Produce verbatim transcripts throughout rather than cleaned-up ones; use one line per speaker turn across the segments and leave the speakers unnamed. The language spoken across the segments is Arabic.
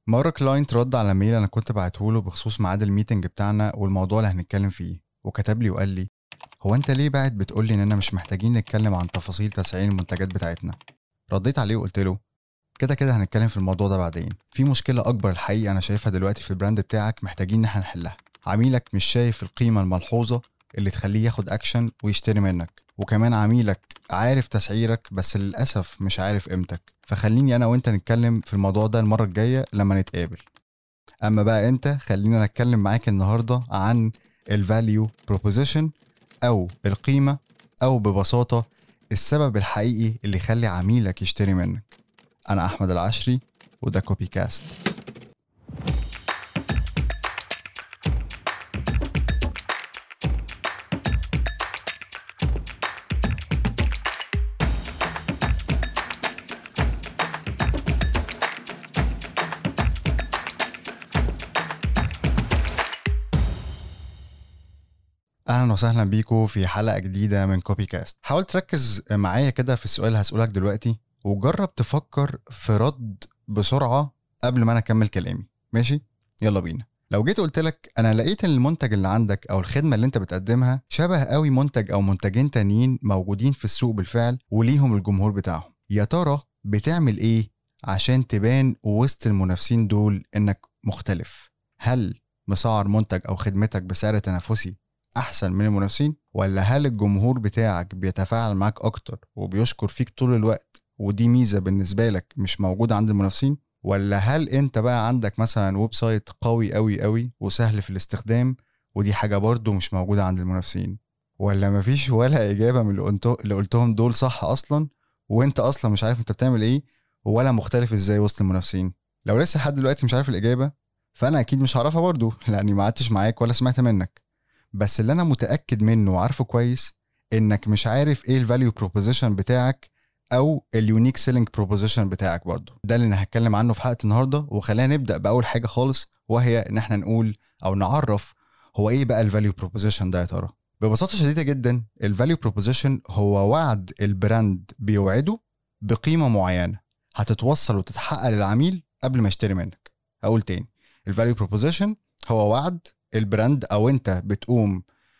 مرة كلاينت رد على ميل أنا كنت بعته بخصوص ميعاد الميتنج بتاعنا والموضوع اللي هنتكلم فيه، وكتب لي وقال لي: هو أنت ليه بعد بتقول لي إننا مش محتاجين نتكلم عن تفاصيل تسعير المنتجات بتاعتنا؟ رديت عليه وقلت له: كده كده هنتكلم في الموضوع ده بعدين. في مشكلة أكبر الحقيقة أنا شايفها دلوقتي في البراند بتاعك محتاجين إن احنا نحلها. عميلك مش شايف القيمة الملحوظة اللي تخليه ياخد أكشن ويشتري منك، وكمان عميلك عارف تسعيرك بس للأسف مش عارف قيمتك. فخليني أنا وإنت نتكلم في الموضوع ده المرة الجاية لما نتقابل. أما بقى أنت خلينا نتكلم معاك النهاردة عن الفاليو بروبوزيشن أو القيمة، أو ببساطة السبب الحقيقي اللي يخلي عميلك يشتري منك. أنا أحمد العشري وده كوبي كاست. أهلا وسهلا بيكم في حلقة جديدة من كوبي كاست. حاول تركز معايا كده في السؤال اللي هسألك دلوقتي، وجرب تفكر في رد بسرعة قبل ما أنا أكمل كلامي. ماشي؟ يلا بينا. لو جيت قلت لك أنا لقيت إن المنتج اللي عندك أو الخدمة اللي أنت بتقدمها شبه قوي منتج أو منتجين تانيين موجودين في السوق بالفعل وليهم الجمهور بتاعهم، يا ترى بتعمل إيه عشان تبان وسط المنافسين دول إنك مختلف؟ هل مسعر منتج أو خدمتك بسعر تنافسي أحسن من المنافسين؟ ولا هل الجمهور بتاعك بيتفاعل معاك أكتر وبيشكر فيك طول الوقت ودي ميزة بالنسبة لك مش موجودة عند المنافسين؟ ولا هل أنت بقى عندك مثلا ويب سايت قوي قوي قوي وسهل في الاستخدام ودي حاجة برضو مش موجودة عند المنافسين؟ ولا مفيش ولا إجابة من اللي قلتهم دول صح أصلا، وأنت أصلا مش عارف أنت بتعمل إيه ولا مختلف إزاي وسط المنافسين؟ لو لسه لحد دلوقتي مش عارف الإجابة فأنا أكيد مش هعرفها برضو لأني ما قعدتش معاك ولا سمعت منك. بس اللي انا متأكد منه وعارفه كويس انك مش عارف ايه الفاليو بروبوزيشن بتاعك او اليونيك سيلينج بروبوزيشن بتاعك برضو. ده اللي انا هتكلم عنه في حلقة النهاردة، وخلينا نبدأ بأول حاجة خالص، وهي ان احنا نقول او نعرف هو ايه بقى الفاليو بروبوزيشن ده يا ترى. ببساطة شديدة جدا الفاليو بروبوزيشن هو وعد البراند بيوعده بقيمة معينة هتتوصل وتتحقق للعميل قبل ما يشتري منك. اقول تاني، الفاليو بروبوزيشن هو وعد البراند او انت بتقوم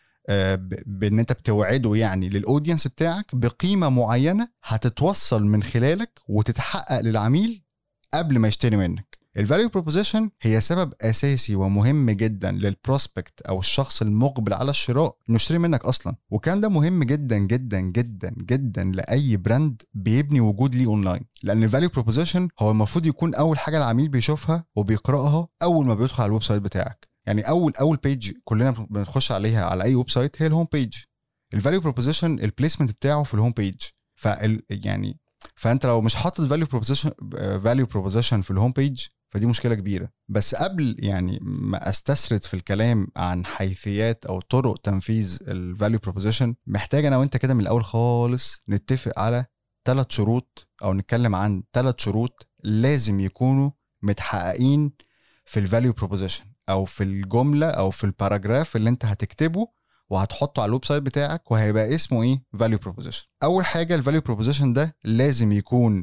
بان انت بتوعده يعني للاودينس بتاعك بقيمة معينة هتتوصل من خلالك وتتحقق للعميل قبل ما يشتري منك. الفاليو بروبوزيشن هي سبب اساسي ومهم جدا للبروسبكت او الشخص المقبل على الشراء انه يشتري منك اصلا، وكان ده مهم جدا جدا جدا جدا لاي براند بيبني وجود ليه اونلاين، لان الفاليو بروبوزيشن هو المفروض يكون اول حاجه العميل بيشوفها وبيقراها اول ما بيدخل على الويب سايت بتاعك. يعني اول اول بيج كلنا بنخش عليها على اي ويب سايت هي الهوم بيج. الفاليو بروبوزيشن البليسمنت بتاعه في الهوم بيج. فال يعني فانت لو مش حاطط فاليو بروبوزيشن فاليو بروبوزيشن في الهوم بيج فدي مشكله كبيره. بس قبل يعني ما استسرد في الكلام عن حيثيات او طرق تنفيذ الفاليو بروبوزيشن، محتاج انا وانت كده من الاول خالص نتفق على ثلاث شروط او نتكلم عن ثلاث شروط لازم يكونوا متحققين في الفاليو بروبوزيشن او في الجمله او في الباراجراف اللي انت هتكتبه وهتحطه على الويب سايت بتاعك وهيبقى اسمه ايه؟ فاليو بروبوزيشن. اول حاجه الفاليو بروبوزيشن ده لازم يكون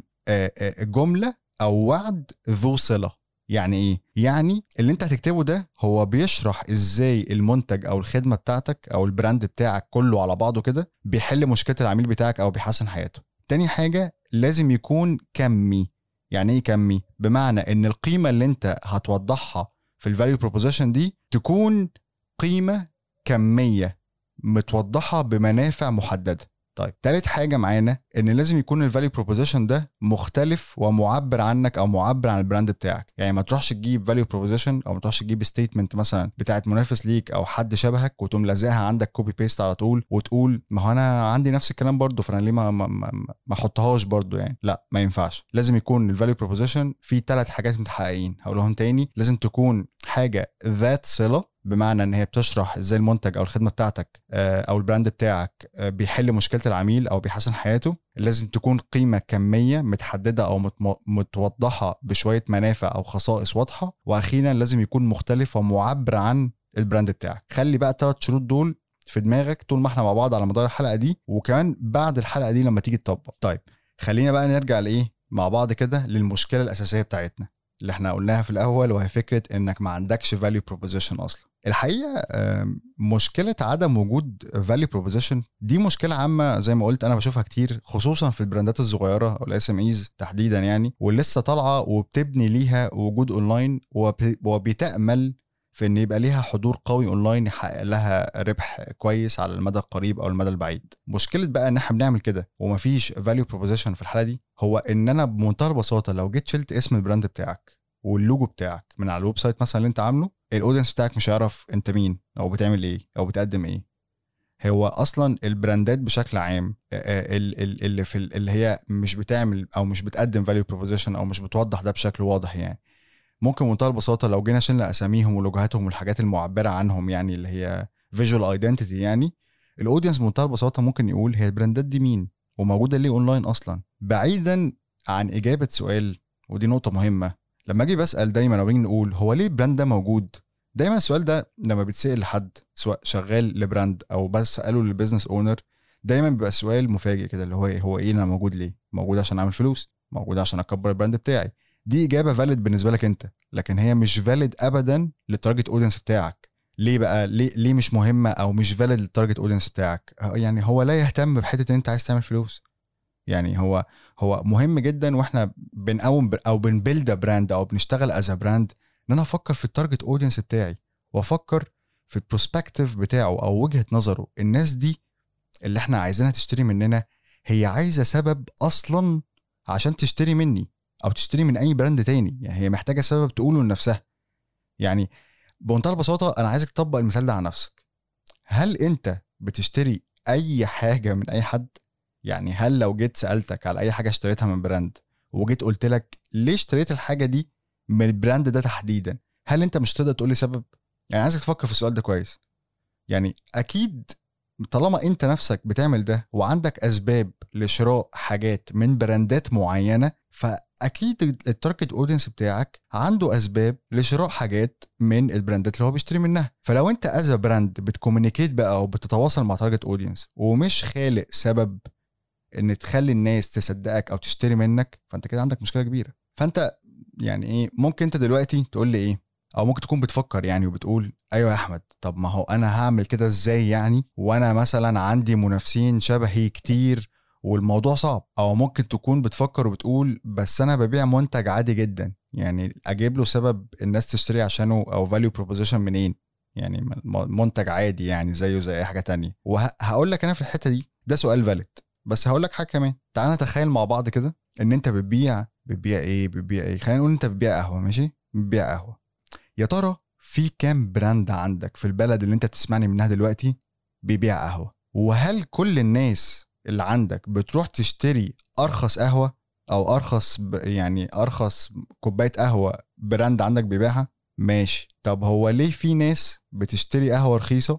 جمله او وعد ذو صله. يعني ايه؟ يعني اللي انت هتكتبه ده هو بيشرح ازاي المنتج او الخدمه بتاعتك او البراند بتاعك كله على بعضه كده بيحل مشكله العميل بتاعك او بيحسن حياته. تاني حاجه لازم يكون كمي. يعني ايه كمي؟ بمعنى ان القيمه اللي انت هتوضحها في الفاليو بروبوزيشن دي تكون قيمه كميه متوضحه بمنافع محدده. طيب تالت حاجة معانا ان لازم يكون الفاليو بروبوزيشن ده مختلف ومعبر عنك او معبر عن البراند بتاعك. يعني ما تروحش تجيب فاليو بروبوزيشن او ما تروحش تجيب ستيتمنت مثلا بتاعت منافس ليك او حد شبهك وتقوم لازقها عندك كوبي بيست على طول وتقول ما هو انا عندي نفس الكلام برضو فانا ليه ما ما, ما, ما احطهاش برضو. يعني لا، ما ينفعش. لازم يكون الفاليو بروبوزيشن فيه ثلاث حاجات متحققين. هقولهم تاني، لازم تكون حاجة ذات صلة، بمعنى ان هي بتشرح ازاي المنتج او الخدمه بتاعتك او البراند بتاعك بيحل مشكله العميل او بيحسن حياته. لازم تكون قيمه كميه متحدده او متوضحه بشويه منافع او خصائص واضحه. واخيرا لازم يكون مختلف ومعبر عن البراند بتاعك. خلي بقى الثلاث شروط دول في دماغك طول ما احنا مع بعض على مدار الحلقه دي، وكمان بعد الحلقه دي لما تيجي تطبق. طيب خلينا بقى نرجع لايه مع بعض كده للمشكله الاساسيه بتاعتنا. اللي احنا قلناها في الاول، وهي فكره انك ما عندكش value proposition اصلا. الحقيقه مشكله عدم وجود value proposition دي مشكله عامه زي ما قلت، انا بشوفها كتير خصوصا في البراندات الصغيره او الاس ام ايز تحديدا يعني، ولسه طالعه وبتبني ليها وجود اونلاين وبتامل في ان يبقى ليها حضور قوي اونلاين يحقق لها ربح كويس على المدى القريب او المدى البعيد. مشكله بقى ان احنا بنعمل كده ومفيش value proposition في الحاله دي، هو ان انا بمنتهى البساطه لو جيت شلت اسم البراند بتاعك واللوجو بتاعك من على الويب سايت مثلا اللي انت عامله، الاودينس بتاعك مش هيعرف انت مين او بتعمل ايه او بتقدم ايه. هو اصلا البراندات بشكل عام اللي في اللي هي مش بتعمل او مش بتقدم value proposition او مش بتوضح ده بشكل واضح، يعني ممكن بمنتهى البساطه لو جينا شلنا اساميهم ولوجوهاتهم والحاجات المعبره عنهم يعني اللي هي visual identity، يعني الاودينس بمنتهى البساطه ممكن يقول هي البراندات دي مين وموجوده ليه اونلاين اصلا، بعيدا عن اجابه سؤال. ودي نقطه مهمه، لما اجي بسال دايما او نقول هو ليه البراند ده موجود، دايما السؤال ده لما بتسال لحد سواء شغال لبراند او بس ساله للبيزنس اونر، دايما بيبقى سؤال مفاجئ كده اللي هو ايه هو ايه انا موجود ليه؟ موجود عشان اعمل فلوس، موجود عشان اكبر البراند بتاعي. دي اجابه فاليد بالنسبه لك انت، لكن هي مش فاليد ابدا للتارجت اودينس بتاعك. ليه بقى؟ ليه ليه مش مهمه او مش فاليد للتارجت اودينس بتاعك؟ يعني هو لا يهتم بحته ان انت عايز تعمل فلوس. يعني هو هو مهم جدا واحنا بنقوم او بنبيلد براند او بنشتغل از براند ان انا افكر في التارجت اودينس بتاعي وافكر في البروسبكتيف بتاعه او وجهه نظره. الناس دي اللي احنا عايزينها تشتري مننا هي عايزه سبب اصلا عشان تشتري مني او تشتري من اي براند تاني، يعني هي محتاجه سبب تقوله لنفسها. يعني بمنتهى البساطه انا عايزك تطبق المثال ده على نفسك. هل انت بتشتري اي حاجه من اي حد؟ يعني هل لو جيت سالتك على اي حاجه اشتريتها من براند وجيت قلت لك ليه اشتريت الحاجه دي من البراند ده تحديدا، هل انت مش تقدر تقول لي سبب؟ يعني عايزك تفكر في السؤال ده كويس. يعني اكيد طالما انت نفسك بتعمل ده وعندك اسباب لشراء حاجات من براندات معينه، فاكيد التارجت اودينس بتاعك عنده اسباب لشراء حاجات من البراندات اللي هو بيشتري منها. فلو انت از براند بتكومينيكيت بقى او بتتواصل مع تارجت اودينس ومش خالق سبب ان تخلي الناس تصدقك او تشتري منك، فانت كده عندك مشكله كبيره. فانت يعني ايه، ممكن انت دلوقتي تقول لي ايه، او ممكن تكون بتفكر يعني وبتقول ايوه يا احمد، طب ما هو انا هعمل كده ازاي يعني وانا مثلا عندي منافسين شبهي كتير والموضوع صعب. او ممكن تكون بتفكر وبتقول بس انا ببيع منتج عادي جدا، يعني اجيب له سبب الناس تشتري عشانه او value proposition منين؟ يعني منتج عادي يعني زيه زي اي حاجه تانية. وهقول لك انا في الحته دي ده سؤال فاليد، بس هقول لك حاجه كمان. تعال نتخيل مع بعض كده ان انت بتبيع بتبيع ايه بتبيع ايه خلينا نقول انت بتبيع قهوه، ماشي؟ بتبيع قهوه. يا ترى في كام براند عندك في البلد اللي انت بتسمعني منها دلوقتي بيبيع قهوه؟ وهل كل الناس اللي عندك بتروح تشتري ارخص قهوه او ارخص يعني ارخص كوبايه قهوه براند عندك بيبيعها؟ ماشي. طب هو ليه في ناس بتشتري قهوه رخيصه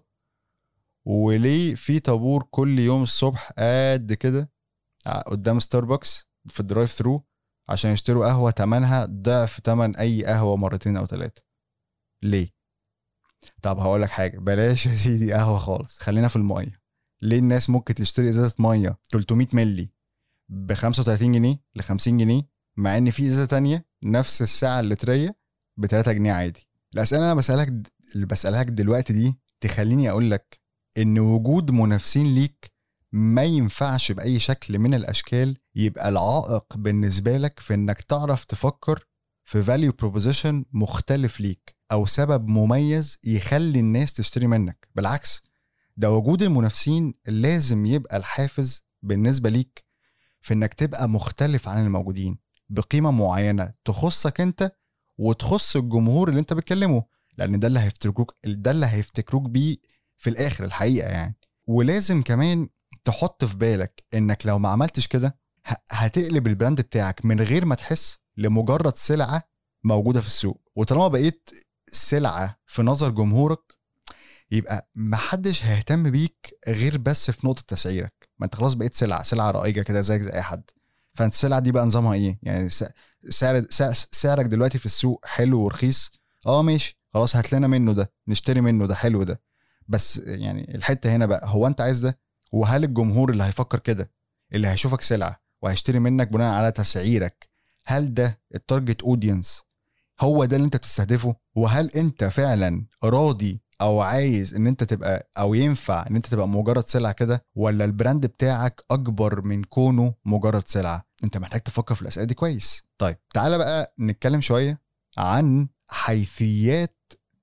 وليه في طابور كل يوم الصبح قد كده قدام ستاربكس في الدرايف ثرو عشان يشتروا قهوه تمنها ضعف تمن اي قهوه مرتين او ثلاثه؟ ليه؟ طب هقول لك حاجه، بلاش يا سيدي قهوه خالص، خلينا في الميه. ليه الناس ممكن تشتري ازازه ميه ثلاثمية مللي ب خمسة وثلاثين جنيه ل خمسين جنيه مع ان في ازازه تانية نفس السعه اللتريه ب ثلاثة جنيه عادي؟ الاسئله اللي انا بسالك اللي بسالها لك دلوقتي دي تخليني اقول لك ان وجود منافسين ليك ما ينفعش باي شكل من الاشكال يبقى العائق بالنسبه لك في انك تعرف تفكر في value proposition مختلف ليك او سبب مميز يخلي الناس تشتري منك. بالعكس، ده وجود المنافسين لازم يبقى الحافز بالنسبه ليك في انك تبقى مختلف عن الموجودين بقيمه معينه تخصك انت وتخص الجمهور اللي انت بتكلمه، لان ده اللي هيفتكروك ده اللي هيفتكروك بيه في الاخر الحقيقه يعني. ولازم كمان تحط في بالك انك لو ما عملتش كده هتقلب البراند بتاعك من غير ما تحس لمجرد سلعه موجوده في السوق. وطالما بقيت سلعه في نظر جمهورك يبقى محدش هيهتم بيك غير بس في نقطه تسعيرك. ما انت خلاص بقيت سلعه سلعه رائجه كده زيك زي اي حد. فانت السلعه دي بقى نظامها ايه؟ يعني سعر سعرك دلوقتي في السوق حلو ورخيص، اه ماشي خلاص هات لنا منه ده نشتري منه ده حلو ده. بس يعني الحته هنا بقى هو انت عايز ده؟ وهل الجمهور اللي هيفكر كده اللي هيشوفك سلعه وهيشتري منك بناء على تسعيرك هل ده التارجت اودينس هو ده اللي انت بتستهدفه؟ وهل انت فعلا راضي او عايز ان انت تبقى او ينفع ان انت تبقى مجرد سلعة كده، ولا البراند بتاعك اكبر من كونه مجرد سلعة؟ انت محتاج تفكر في الاسئلة دي كويس. طيب تعالى بقى نتكلم شوية عن حيثيات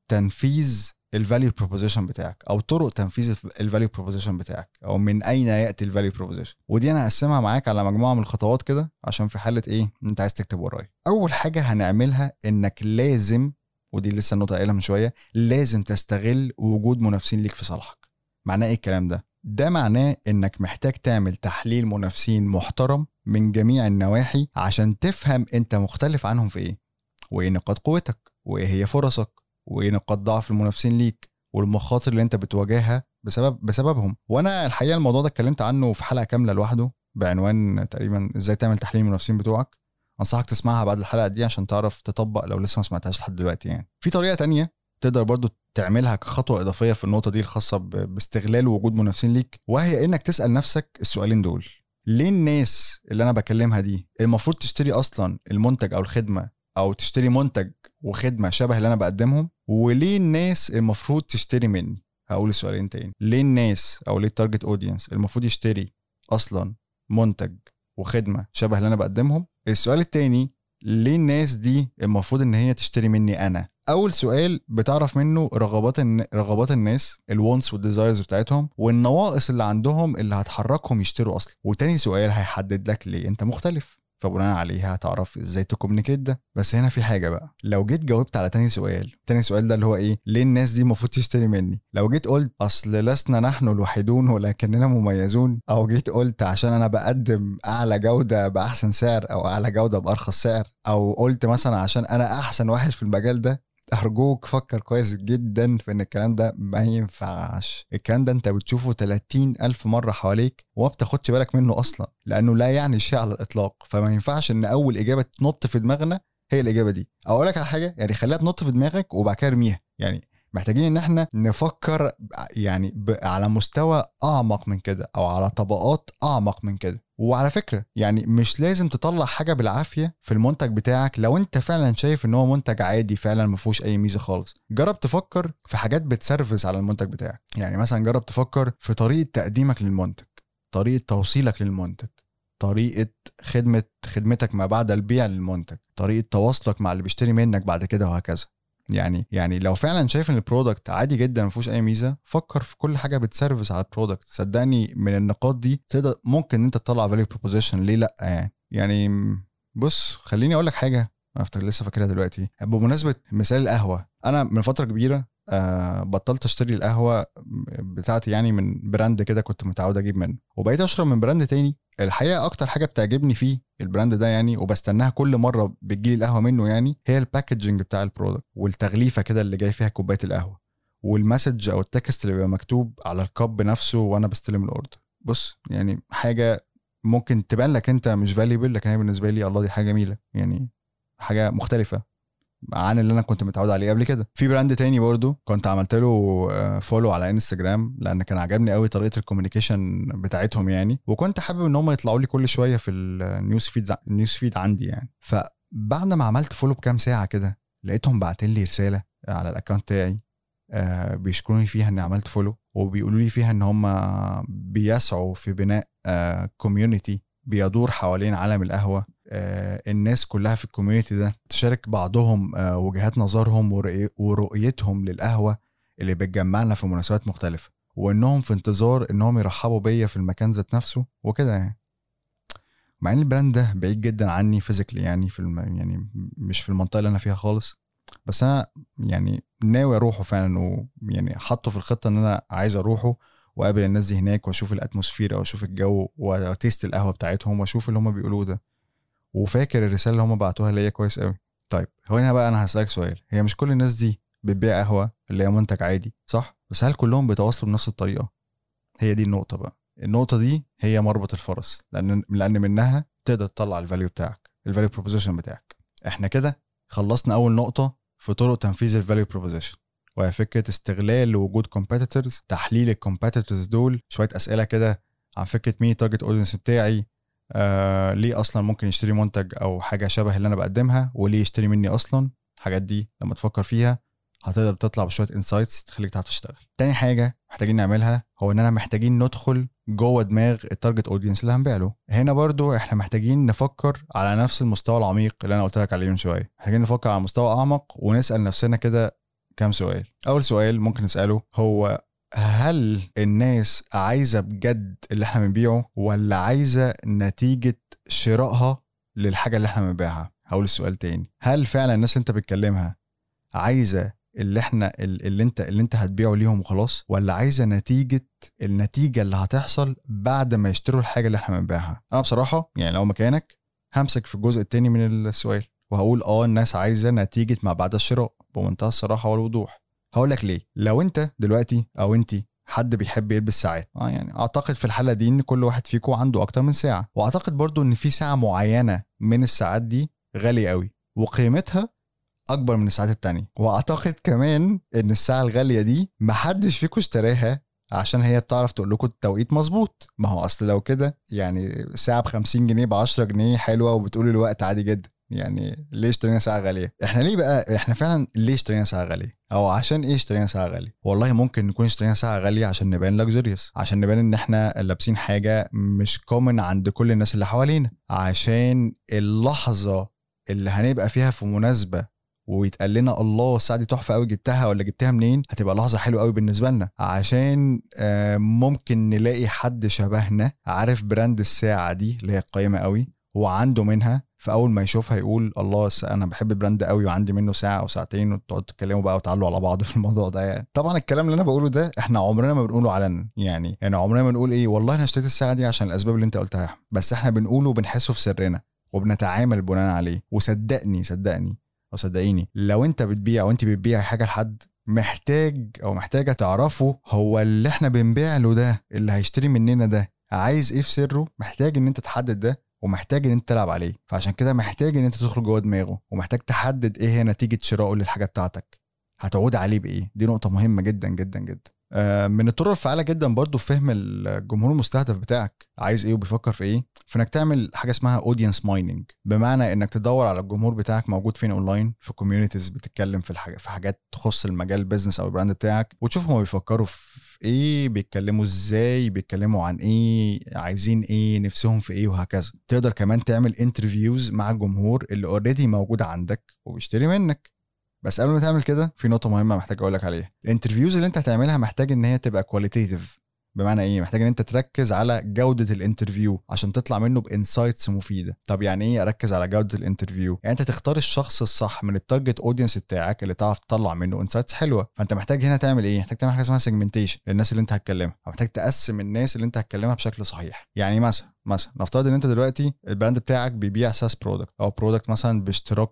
تنفيذ الفاليو بروبوزيشن بتاعك، او طرق تنفيذ الفاليو بروبوزيشن بتاعك، او من اين ياتي الفاليو بروبوزيشن. ودي انا هقسمها معاك على مجموعه من الخطوات كده عشان في حاله ايه انت عايز تكتب ورايا. اول حاجه هنعملها انك لازم، ودي لسه النقطه قايلها من شويه، لازم تستغل وجود منافسين ليك في صالحك. معناه ايه الكلام ده؟ ده معناه انك محتاج تعمل تحليل منافسين محترم من جميع النواحي عشان تفهم انت مختلف عنهم في ايه، وايه نقاط قوتك، وايه هي فرصك، وايه نقاط ضعف المنافسين ليك، والمخاطر اللي انت بتواجهها بسبب بسببهم. وانا الحقيقه الموضوع ده اتكلمت عنه في حلقه كامله لوحده بعنوان تقريبا ازاي تعمل تحليل المنافسين بتوعك. انصحك تسمعها بعد الحلقه دي عشان تعرف تطبق لو لسه ما سمعتهاش لحد دلوقتي. يعني في طريقه تانية تقدر برضو تعملها كخطوه اضافيه في النقطه دي الخاصه باستغلال وجود منافسين ليك، وهي انك تسال نفسك السؤالين دول: ليه الناس اللي انا بكلمها دي المفروض تشتري اصلا المنتج او الخدمه، او تشتري منتج وخدمه شبه اللي انا بقدمهم؟ وليه الناس المفروض تشتري مني؟ هقول السؤالين تاني: ليه الناس او ليه التارجت اودينس المفروض يشتري اصلا منتج وخدمه شبه اللي انا بقدمهم؟ السؤال التاني: ليه الناس دي المفروض ان هي تشتري مني انا؟ اول سؤال بتعرف منه رغبات رغبات الناس، الوانتس والديزايرز بتاعتهم، والنواقص اللي عندهم اللي هتحركهم يشتروا اصلا. وتاني سؤال هيحدد لك ليه انت مختلف، فبناء عليها هتعرف ازاي تكومينيكيت ده. بس هنا في حاجه بقى، لو جيت جاوبت على تاني سؤال، تاني سؤال ده اللي هو ايه؟ ليه الناس دي المفروض تشتري مني؟ لو جيت قلت اصل لسنا نحن الوحيدون ولكننا مميزون، او جيت قلت عشان انا بقدم اعلى جوده باحسن سعر، او اعلى جوده بارخص سعر، او قلت مثلا عشان انا احسن واحد في المجال ده، أرجوك فكر كويس جدا في ان الكلام ده ما ينفعش. الكلام ده انت بتشوفه ثلاثين ألف مرة حواليك وما بتاخدش بالك منه اصلا، لانه لا يعني شيء على الاطلاق. فما ينفعش ان اول اجابة تنط في دماغنا هي الاجابة دي. اقول لك على حاجة، يعني خليها تنط في دماغك وبعد كده ارميها. يعني محتاجين ان احنا نفكر يعني على مستوى اعمق من كده، او على طبقات اعمق من كده. وعلى فكرة يعني مش لازم تطلع حاجة بالعافية في المنتج بتاعك لو انت فعلا شايف ان هو منتج عادي فعلا ما فيهوش اي ميزة خالص. جرب تفكر في حاجات بتسرفس على المنتج بتاعك. يعني مثلا جرب تفكر في طريقة تقديمك للمنتج، طريقة توصيلك للمنتج، طريقة خدمة خدمتك ما بعد البيع للمنتج، طريقة تواصلك مع اللي بيشتري منك بعد كده، وهكذا. يعني يعني لو فعلا شايف ان البرودكت عادي جدا ما فيهوش اي ميزه، فكر في كل حاجه بتسيرفيس على البرودكت. صدقني من النقاط دي تقدر ممكن انت تطلع فاليو بروبوزيشن. ليه لا؟ يعني يعني بص خليني اقول لك حاجه انا افتكر لسه فاكرها دلوقتي بمناسبه مثال القهوه. انا من فتره كبيره آه بطلت اشتري القهوه بتاعتي يعني من براند كده كنت متعود اجيب منه، وبقيت اشرب من براند تاني. الحقيقه اكتر حاجه بتعجبني فيه البراند ده يعني، وبستناها كل مره بتجيلي القهوه منه، يعني هي الباكجينج بتاع البرودكت، والتغليفه كده اللي جاي فيها كوبايه القهوه، والمسج او التكست اللي بيبقى مكتوب على الكب نفسه وانا بستلم الاوردر. بص يعني حاجه ممكن تبان لك انت مش فاليبل، لكن هي بالنسبه لي الله دي حاجه جميله، يعني حاجه مختلفه عن اللي انا كنت متعود عليه قبل كده. في براند تاني برضو كنت عملت له فولو على انستجرام لان كان عجبني قوي طريقه الكوميونيكيشن بتاعتهم يعني، وكنت حابب ان هم يطلعوا لي كل شويه في النيوز فيد النيوز فيد عندي يعني. فبعد ما عملت فولو بكام ساعه كده لقيتهم بعتين لي رساله على الاكونت بتاعي آه بيشكروني فيها اني عملت فولو، وبيقولوا لي فيها ان هم بيسعوا في بناء آه كوميونتي بيدور حوالين عالم القهوه. آه الناس كلها في الكوميونتي ده تشارك بعضهم آه وجهات نظرهم ورؤيتهم للقهوه اللي بتجمعنا في مناسبات مختلفه، وانهم في انتظار انهم يرحبوا بيا في المكان ذات نفسه وكده يعني. مع ان البراند ده بعيد جدا عني فيزيكلي يعني في الم... يعني مش في المنطقه اللي انا فيها خالص، بس انا يعني ناوي اروحه فعلا، ويعني حاطه في الخطه ان انا عايز اروحه واقابل الناس دي هناك واشوف الاتموسفير واشوف الجو وتيست القهوه بتاعتهم واشوف اللي هم بيقولوه ده، وفاكر الرساله اللي هم بعتوها ليا كويس قوي. طيب هو هنا بقى انا هسالك سؤال: هي مش كل الناس دي بتبيع قهوه اللي هي منتج عادي صح؟ بس هل كلهم بيتواصلوا بنفس الطريقه؟ هي دي النقطه بقى. النقطه دي هي مربط الفرس، لان لان منها تقدر تطلع الفاليو بتاعك، الفاليو بروبوزيشن بتاعك. احنا كده خلصنا اول نقطه في طرق تنفيذ الفاليو بروبوزيشن، وهي فكره استغلال وجود كومبيتيتورز، تحليل الكومبيتيتورز دول، شويه اسئله كده عن فكره مين التارجت اودينس بتاعي، آه ليه اصلا ممكن يشتري منتج او حاجه شبه اللي انا بقدمها، وليه يشتري مني اصلا. الحاجات دي لما تفكر فيها هتقدر تطلع بشويه انسايتس تخليك تعرف تشتغل. تاني حاجه محتاجين نعملها هو اننا محتاجين ندخل جوه دماغ التارجت اودينس اللي هنبيع له. هنا برضو احنا محتاجين نفكر على نفس المستوى العميق اللي انا قلت لك عليه من شويه. محتاجين نفكر على مستوى اعمق ونسال نفسنا كده كام سؤال. اول سؤال ممكن نساله هو هل الناس عايزه بجد اللي احنا بنبيعه ولا عايزه نتيجه شرائها للحاجه اللي احنا بنبيعها؟ هقول السؤال تاني، هل فعلا الناس انت بتكلمها عايزه اللي احنا اللي انت اللي انت هتبيعه ليهم وخلاص، ولا عايزه نتيجه النتيجه اللي هتحصل بعد ما يشتروا الحاجه اللي احنا بنبيعها؟ انا بصراحه يعني لو مكانك همسك في الجزء التاني من السؤال وهقول اه الناس عايزه نتيجه ما بعد الشراء بمنتهى الصراحه والوضوح. هقول لك ليه. لو انت دلوقتي او انتي حد بيحب يلبس ساعات، اه يعني اعتقد في الحاله دي ان كل واحد فيكم عنده اكتر من ساعه، واعتقد برضو ان في ساعه معينه من الساعات دي غاليه قوي وقيمتها اكبر من الساعات التانية، واعتقد كمان ان الساعه الغاليه دي محدش فيكم اشتراها عشان هي بتعرف تقول لكم التوقيت مظبوط. ما هو اصل لو كده يعني ساعه بخمسين جنيه بعشرة جنيه حلوه وبتقول الوقت عادي جدا، يعني ليه اشترينا ساعه غاليه؟ احنا ليه بقى احنا فعلا ليه اشترينا ساعه غاليه او عشان ايه اشترينا ساعه غاليه؟ والله ممكن نكون اشترينا ساعه غاليه عشان نبان لكجوريوس، عشان نبان ان احنا لابسين حاجه مش كومن عند كل الناس اللي حوالينا، عشان اللحظه اللي هنبقى فيها في مناسبه ويتقال لنا الله الساعه دي تحفه قوي جبتها ولا جبتها منين، هتبقى لحظه حلوه قوي بالنسبه لنا. عشان ممكن نلاقي حد شبهنا عارف براند الساعه دي اللي هي قيمه قوي وعنده منها، فاول ما يشوفها يقول الله انا بحب البراند قوي وعندي منه ساعه او ساعتين، وتقعدوا تتكلموا بقى وتعلوا على بعض في الموضوع ده. يعني طبعا الكلام اللي انا بقوله ده احنا عمرنا ما بنقوله علنا، يعني يعني عمرنا ما بنقول ايه والله انا اشتريت الساعه دي عشان الاسباب اللي انت قلتها، بس احنا بنقوله وبنحسه في سرنا وبنتعامل بناء عليه. وصدقني صدقني او صدقيني لو انت بتبيع وانت بتبيع حاجه لحد، محتاج او محتاجه تعرفه هو اللي احنا بنبيع له ده اللي هيشتري مننا ده عايز ايه في سره. محتاج ان انت تحدد ده ومحتاج ان انت تلعب عليه. فعشان كده محتاج ان انت تدخل جوه دماغه ومحتاج تحدد ايه هي نتيجه شرائه للحاجه بتاعتك، هتعود عليه بايه. دي نقطه مهمه جدا جدا جدا. من الطرق الفعالة جدا برضو في فهم الجمهور المستهدف بتاعك عايز ايه وبيفكر في ايه، فانك تعمل حاجة اسمها audience mining، بمعنى انك تدور على الجمهور بتاعك موجود فين اونلاين، في كوميونيتيز بتتكلم في الحاجة في حاجات تخص المجال البيزنس او البراند بتاعك، وتشوف هم بيفكروا في ايه، بيتكلموا ازاي، بيتكلموا عن ايه، عايزين ايه، نفسهم في ايه، وهكذا. تقدر كمان تعمل انترفيوز مع الجمهور اللي اوريدي موجود عندك وبيشتري منك. بس قبل ما تعمل كده في نقطة مهمة محتاج اقول لك عليها. الانترفيوز اللي انت هتعملها محتاج ان هي تبقى كواليتيتيف. بمعنى ايه؟ محتاج ان انت تركز على جودة الانترفيو عشان تطلع منه بانسايتس مفيدة. طب يعني ايه اركز على جودة الانترفيو؟ يعني انت تختار الشخص الصح من التارجت اودينس بتاعك اللي تعرف تطلع منه انسايتس حلوة. فانت محتاج هنا تعمل ايه؟ محتاج تعمل حاجة اسمها سيجمنتيشن للناس اللي انت هتكلمها، محتاج تقسم الناس اللي انت هتكلمها بشكل صحيح. يعني مثلا مثلا نفترض ان انت دلوقتي البراند بتاعك بيبيع ساس برودكت او برودكت مثلا باشتراك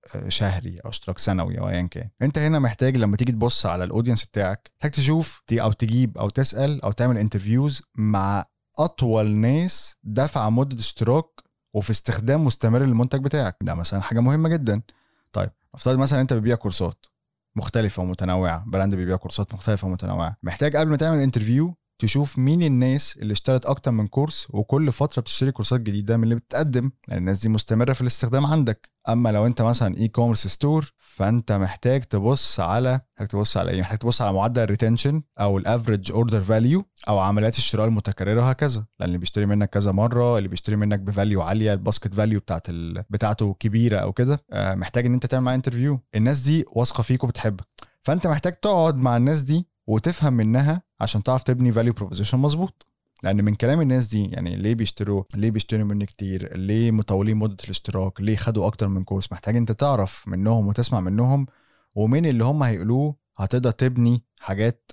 شهري او اشتراك سنوي او ايا كان. انت هنا محتاج لما تيجي تبص على الاودينس بتاعك محتاج تشوف او تجيب او تسال او تعمل انترفيوز مع اطول ناس دفع مده اشتراك وفي استخدام مستمر للمنتج بتاعك. ده مثلا حاجه مهمه جدا. طيب افترض مثلا انت بتبيع كورسات مختلفه ومتنوعه، براند بيبيع كورسات مختلفه ومتنوعه، محتاج قبل ما تعمل انترفيو تشوف مين الناس اللي اشترت اكتر من كورس وكل فتره بتشتري كورسات جديده من اللي بتقدم، يعني الناس دي مستمره في الاستخدام عندك. اما لو انت مثلا اي كوميرس ستور فانت محتاج تبص على محتاج تبص على ايه محتاج تبص على معدل الريتنشن او الافريج اوردر فاليو او عمليات الشراء المتكرره وهكذا، لان اللي بيشتري منك كذا مره، اللي بيشتري منك بفاليو عاليه، الباسكت فاليو بتاعت ال... بتاعته كبيره او كده، آه محتاج ان انت تعمل معاه انترفيو. الناس دي واثقه فيك وبتحبك، فانت محتاج تقعد مع الناس دي وتفهم منها عشان تعرف تبني فاليو بروبوزيشن مظبوط. لان من كلام الناس دي يعني ليه بيشتروا ليه بيشتروا مني كتير، ليه مطولين مده الاشتراك، ليه خدوا اكتر من كورس، محتاج انت تعرف منهم وتسمع منهم، ومن اللي هم هيقولوه هتقدر تبني حاجات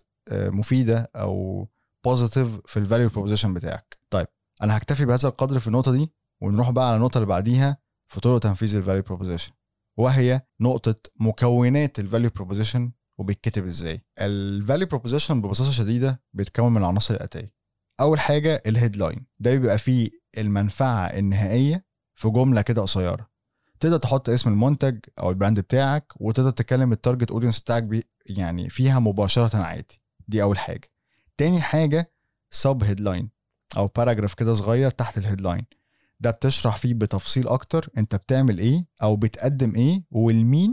مفيده او بوزيتيف في الفاليو بروبوزيشن بتاعك. طيب انا هكتفي بهذا القدر في النقطه دي ونروح بقى على النقطه اللي بعديها في طرق تنفيذ الفاليو بروبوزيشن، وهي نقطه مكونات الفاليو بروبوزيشن وبيتكتب ازاي. الفاليو بروبوزيشن ببساطه شديده بيتكون من العناصر الاتيه. اول حاجه الهيدلاين، ده بيبقى فيه المنفعه النهائيه في جمله كده قصيره، تقدر تحط اسم المنتج او البراند بتاعك وتقدر تكلم التارجت اودينس بتاعك بي يعني فيها مباشره عادي. دي اول حاجه. تاني حاجه سب هيدلاين او باراجراف كده صغير تحت الهيدلاين، ده بتشرح فيه بتفصيل اكتر انت بتعمل ايه او بتقدم ايه والمين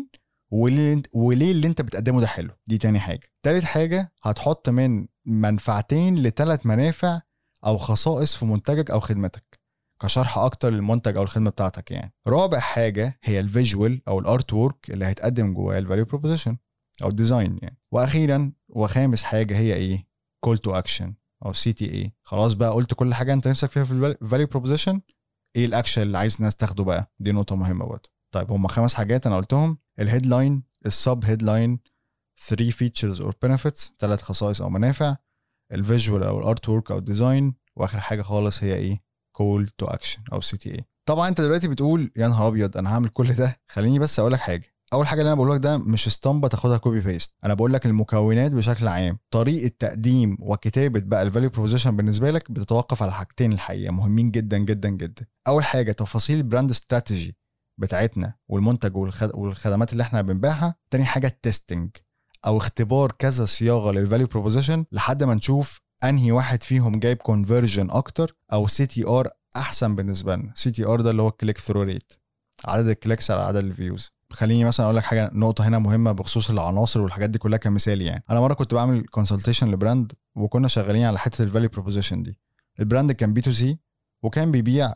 وليه وليه اللي انت بتقدمه ده حلو. دي تاني حاجه. تالت حاجه هتحط من منفعتين لثلاث منافع او خصائص في منتجك او خدمتك كشرح اكتر للمنتج او الخدمه بتاعتك يعني. رابع حاجه هي الفيجوال او الارت وورك اللي هيتقدم جوه الفاليو بروبوزيشن او الديزاين يعني. واخيرا وخامس حاجه هي ايه؟ كول تو اكشن او سي تي اي. خلاص بقى قلت كل حاجه انت نفسك فيها في الفاليو بروبوزيشن، ايه الاكشن اللي عايز الناس تاخده بقى؟ دي نقطه مهمه برضه. طيب هم خمس حاجات انا قلتهم: الهيدلاين، السب هيدلاين، ثري فيتشرز اور بنفيتس، ثلاث خصائص او منافع، الفيجوال او الارت وورك او الديزاين، واخر حاجه خالص هي ايه؟ كول تو اكشن او سي تي اي. طبعا انت دلوقتي بتقول يا نهار ابيض انا هعمل كل ده. خليني بس اقول لك حاجه. اول حاجه اللي انا بقول لك ده مش اسطمبه تاخدها كوبي بيست، انا بقول لك المكونات بشكل عام. طريقه تقديم وكتابه بقى الفاليو بروبوزيشن بالنسبه لك بتتوقف على حاجتين الحقيقه مهمين جدا جدا جدا. اول حاجه تفاصيل البراند استراتيجي بتاعتنا والمنتج والخدمات اللي احنا بنبيعها. تاني حاجه التستنج او اختبار كذا صياغه للفاليو بروبوزيشن لحد ما نشوف انهي واحد فيهم جايب كونفرجن اكتر او سي تي ار احسن بالنسبه لنا. سي تي ار ده اللي هو كليك ثرو ريت، عدد الكليكس على عدد الفيوز. خليني مثلا اقول لك حاجه، نقطه هنا مهمه بخصوص العناصر والحاجات دي كلها كمثال يعني. انا مره كنت بعمل كونسلتيشن لبراند وكنا شغالين على حته الفاليو بروبوزيشن دي. البراند كان بي تو سي وكان بيبيع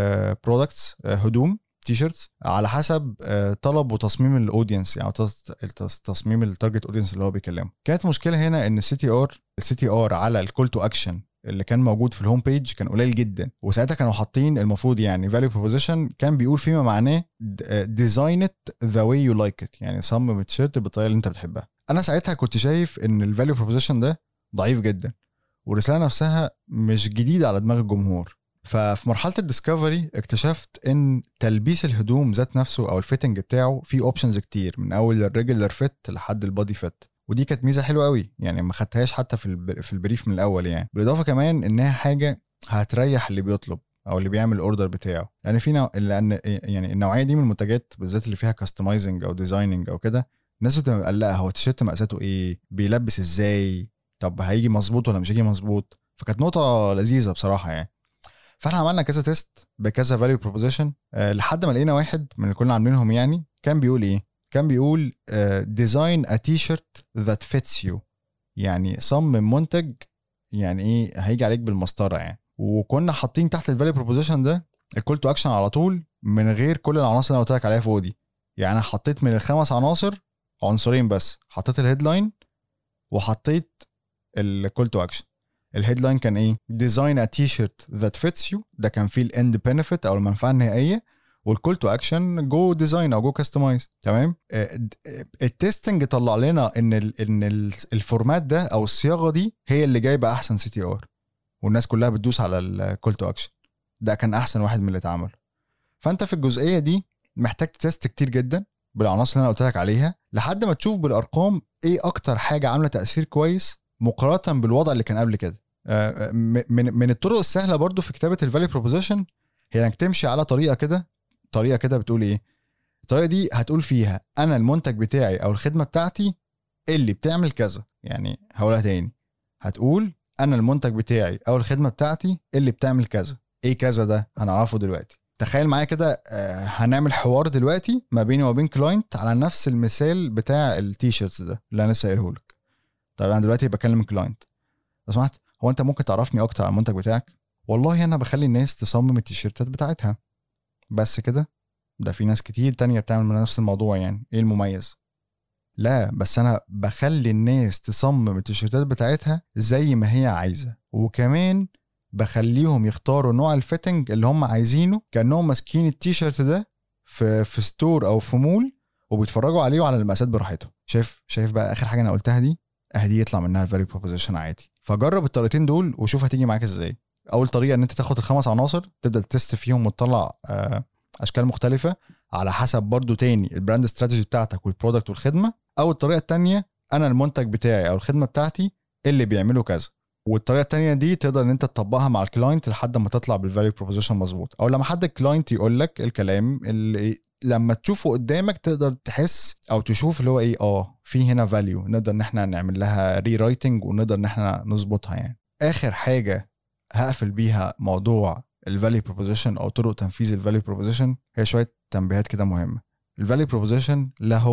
برودكتس هدوم تي شيرتس على حسب طلب وتصميم الاودينس يعني تصميم التارجت اودينس اللي هو بيكلمه. كانت مشكله هنا ان السي تي ار السي تي ار على الكول تو اكشن اللي كان موجود في الهوم بيج كان قليل جدا. وساعتها كانوا حاطين المفروض يعني فاليو بروبوزيشن كان بيقول فيما معناه ديزاين ات ذا واي يو لايك ات، يعني صمم التيشيرت بالطريقه اللي انت بتحبها. انا ساعتها كنت شايف ان الفاليو بروبوزيشن ده ضعيف جدا والرساله نفسها مش جديده على دماغ الجمهور. ففي مرحله الديسكفري اكتشفت ان تلبيس الهدوم ذات نفسه او الفيتنج بتاعه فيه اوبشنز كتير، من اول الريجولار فيت لحد البودي فيت، ودي كانت ميزه حلوه قوي يعني ما خدتهاش حتى في في البريف من الاول يعني. بالاضافه كمان انها حاجه هتريح اللي بيطلب او اللي بيعمل الاوردر بتاعه، لان في نوع... لان يعني النوعيه دي من المنتجات بالذات اللي فيها كاستمايزنج او ديزايننج او كده الناس بتبقى مقلقه هو التيشيرت مقاساته ايه، بيلبس ازاي، طب هيجي مظبوط ولا مش هيجي مظبوط. فكانت نقطه لذيذه بصراحه يعني. فاحنا عملنا كذا تيست بكذا فاليو بروبوزيشن أه لحد ما لقينا واحد من اللي كنا عاملينهم يعني كان بيقول ايه، كان بيقول ديزاين ا تي شيرت ذات فيتس يو، يعني صمم منتج يعني ايه هيجي عليك بالمسطره يعني. وكنا حاطين تحت الفاليو بروبوزيشن ده الكول تو اكشن على طول من غير كل العناصر اللي انا قلت لك عليها فوق دي. يعني انا حطيت من الخمس عناصر عنصرين بس، حطيت الهيدلاين وحطيت الكول تو اكشن. الهيدلاين كان ايه؟ ديزاين ا تي شيرت ذات فيتس يو، ده كان فيه الاند بنفيت او المنفعه النهائيه، والكول تو اكشن جو ديزاين او جو كاستمايز. تمام. التستنج طلع لنا ان ال ان الفورمات ده او الصياغه دي هي اللي جايبه احسن سي تي ار، والناس كلها بتدوس على الكول تو اكشن ده كان احسن واحد من اللي اتعمل. فانت في الجزئيه دي محتاج تست كتير جدا بالعناصر اللي انا قلت لك عليها لحد ما تشوف بالارقام ايه اكتر حاجه عامله تاثير كويس مقارنه بالوضع اللي كان قبل كده. من من الطرق السهله برضو في كتابه الفاليو بروبوزيشن هي انك تمشي على طريقه كده طريقه كده بتقول ايه؟ الطريقه دي هتقول فيها انا المنتج بتاعي او الخدمه بتاعتي اللي بتعمل كذا. يعني هقولها تاني، هتقول انا المنتج بتاعي او الخدمه بتاعتي اللي بتعمل كذا. ايه كذا ده؟ هنعرفه دلوقتي. تخيل معايا كده هنعمل حوار دلوقتي ما بيني وبين كلاينت على نفس المثال بتاع التيشيرتس ده اللي انا لسه قايله لك. طيب انا دلوقتي بكلم كلاينت، لو سمحت هو انت ممكن تعرفني اكتر عن المنتج بتاعك؟ والله انا بخلي الناس تصمم التيشيرتات بتاعتها بس كده. ده في ناس كتير تانية بتعمل نفس الموضوع، يعني ايه المميز؟ لا بس انا بخلي الناس تصمم التيشيرتات بتاعتها زي ما هي عايزة، وكمان بخليهم يختاروا نوع الفيتنج اللي هم عايزينه كأنهم ماسكين التيشيرت ده في في ستور او في مول وبيتفرجوا عليه وعلى المقاسات براحتهم. شايف شايف بقى اخر حاجة انا قلتها دي اهدي يطلع منها الفاليو بروبوزيشن عادي. فجرب الطريقتين دول وشوف هتيجي معاك ازاي. اول طريقة ان انت تاخد الخمس عناصر تبدأ تست فيهم وتطلع آه اشكال مختلفة على حسب برضو تاني البراند استراتيجي بتاعتك والبرودكت والخدمة. او الطريقة التانية انا المنتج بتاعي او الخدمة بتاعتي اللي بيعملوا كذا. والطريقة التانية دي تقدر ان انت تطبقها مع الكلاينت لحد ما تطلع بالفاليو بروبوزيشن مظبوط، او لما حد الكلاينت يقول لك الكلام اللي لما تشوفه قدامك تقدر تحس او تشوف اللي هو ايه اه في هنا فاليو نقدر ان احنا نعمل لها ري رايتنج ونقدر ان احنا نظبطها يعني. اخر حاجة هقفل بيها موضوع الفاليو بروبوزيشن او طرق تنفيذ الفاليو بروبوزيشن هي شويه تنبيهات كده مهمه. الفاليو بروبوزيشن لا هو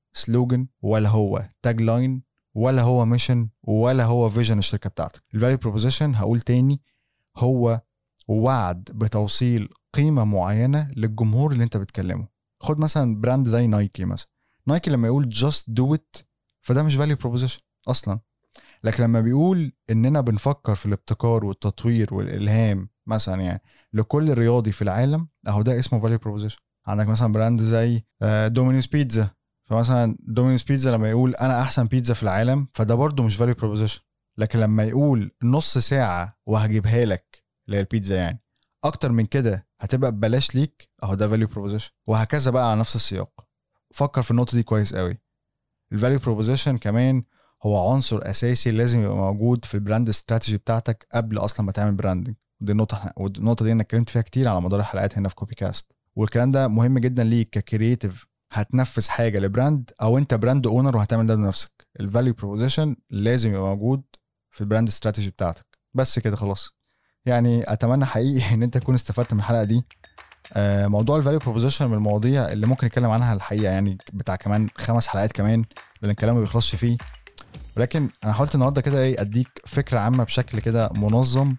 سلوجن ولا هو تاج لاين ولا هو ميشن ولا هو فيجن الشركه بتاعتك. الفاليو بروبوزيشن هقول تاني هو وعد بتوصيل قيمه معينه للجمهور اللي انت بتكلمه. خد مثلا براند زي نايكي مثلا، نايكي لما يقول just do it فده مش value proposition اصلا، لكن لما بيقول اننا بنفكر في الابتكار والتطوير والالهام مثلا يعني لكل رياضي في العالم، اهو ده اسمه value proposition. عندك مثلا براند زي دومينوس بيتزا، فمثلا دومينوس بيتزا لما يقول انا احسن بيتزا في العالم فده برضو مش value proposition، لكن لما يقول نص ساعه وهجيبها لك للبيتزا يعني اكتر من كده هتبقى ببلاش ليك، اهو ده value proposition. وهكذا بقى على نفس السياق. فكر في النقطه دي كويس قوي. الفاليو بروبوزيشن كمان هو عنصر اساسي لازم يبقى موجود في البراند استراتيجي بتاعتك قبل اصلا ما تعمل براندنج. دي النقطه والنقطه دي انا اتكلمت فيها كتير على مدار الحلقات هنا في كوبي كاست، والكلام ده مهم جدا ليك ككرييتيف هتنفذ حاجه لبراند او انت براند اونر وهتعمل ده بنفسك. الفاليو بروبوزيشن لازم يبقى موجود في البراند استراتيجي بتاعتك. بس كده خلاص. يعني اتمنى حقيقي ان انت تكون استفدت من الحلقه دي. موضوع الفاليو بروبوزيشن من المواضيع اللي ممكن نتكلم عنها الحقيقه يعني بتاع كمان خمس حلقات كمان لان الكلام ما بيخلصش فيه، ولكن انا حاولت النهارده كده ايه اديك فكره عامه بشكل كده منظم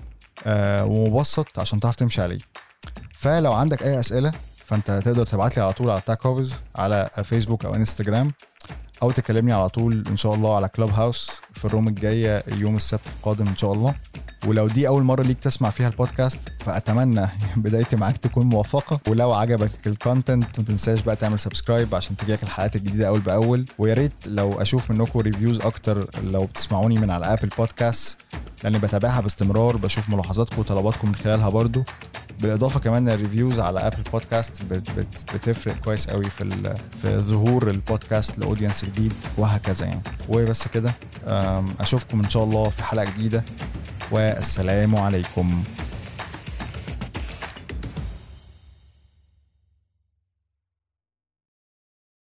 آه ومبسط عشان تعرف تمشي عليه. فلو عندك اي اسئله فانت تقدر تبعت لي على طول على تاك هوبز على فيسبوك او انستجرام، او تكلمني على طول ان شاء الله على كلوب هاوس في الروم الجايه يوم السبت القادم ان شاء الله. ولو دي اول مره ليك تسمع فيها البودكاست فاتمنى بدايتي معاك تكون موفقه، ولو عجبك الكونتنت ما تنساش بقى تعمل سبسكرايب عشان تجيلك الحلقات الجديده اول باول. ويا ريت لو اشوف منكم ريفيوز اكتر لو بتسمعوني من على ابل بودكاست لاني بتابعها باستمرار، بشوف ملاحظاتكم وطلباتكم من خلالها برضو. بالاضافه كمان الريفيوز على ابل بودكاست بتفرق كويس قوي في في ظهور البودكاست لاودينس جديد وهكذا يعني. وبس كده اشوفكم ان شاء الله في حلقه جديده والسلام عليكم.